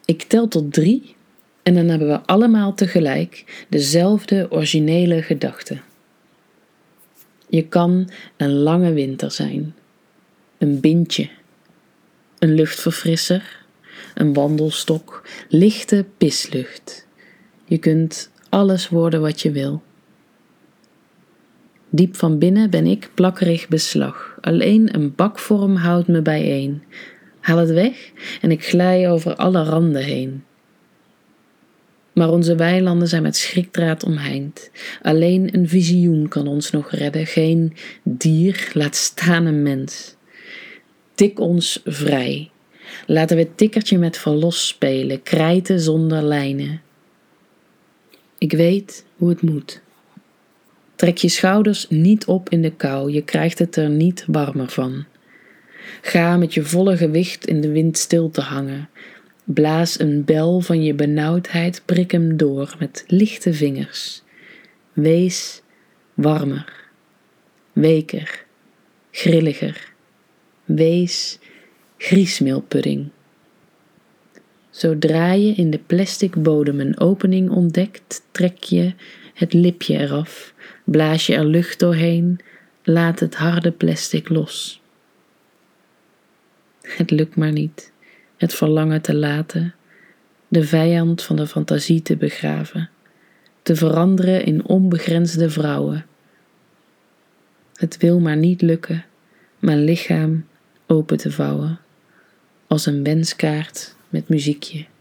Ik tel tot 3 en dan hebben we allemaal tegelijk dezelfde originele gedachte. Je kan een lange winter zijn, een bintje, een luchtverfrisser, een wandelstok, lichte pislucht. Je kunt alles worden wat je wil. Diep van binnen ben ik plakkerig beslag. Alleen een bakvorm houdt me bijeen. Haal het weg en ik glij over alle randen heen. Maar onze weilanden zijn met schrikdraad omheind. Alleen een visioen kan ons nog redden. Geen dier, laat staan een mens. Tik ons vrij. Laten we het tikkertje met verlos spelen. Krijten zonder lijnen. Ik weet hoe het moet. Trek je schouders niet op in de kou. Je krijgt het er niet warmer van. Ga met je volle gewicht in de wind stil te hangen. Blaas een bel van je benauwdheid, prik hem door met lichte vingers. Wees warmer, weker, grilliger. Wees griesmeelpudding. Zodra je in de plastic bodem een opening ontdekt, trek je het lipje eraf, blaas je er lucht doorheen, laat het harde plastic los. Het lukt maar niet. Het verlangen te laten, de vijand van de fantasie te begraven, te veranderen in onbegrensde vrouwen. Het wil maar niet lukken, mijn lichaam open te vouwen, als een wenskaart met muziekje.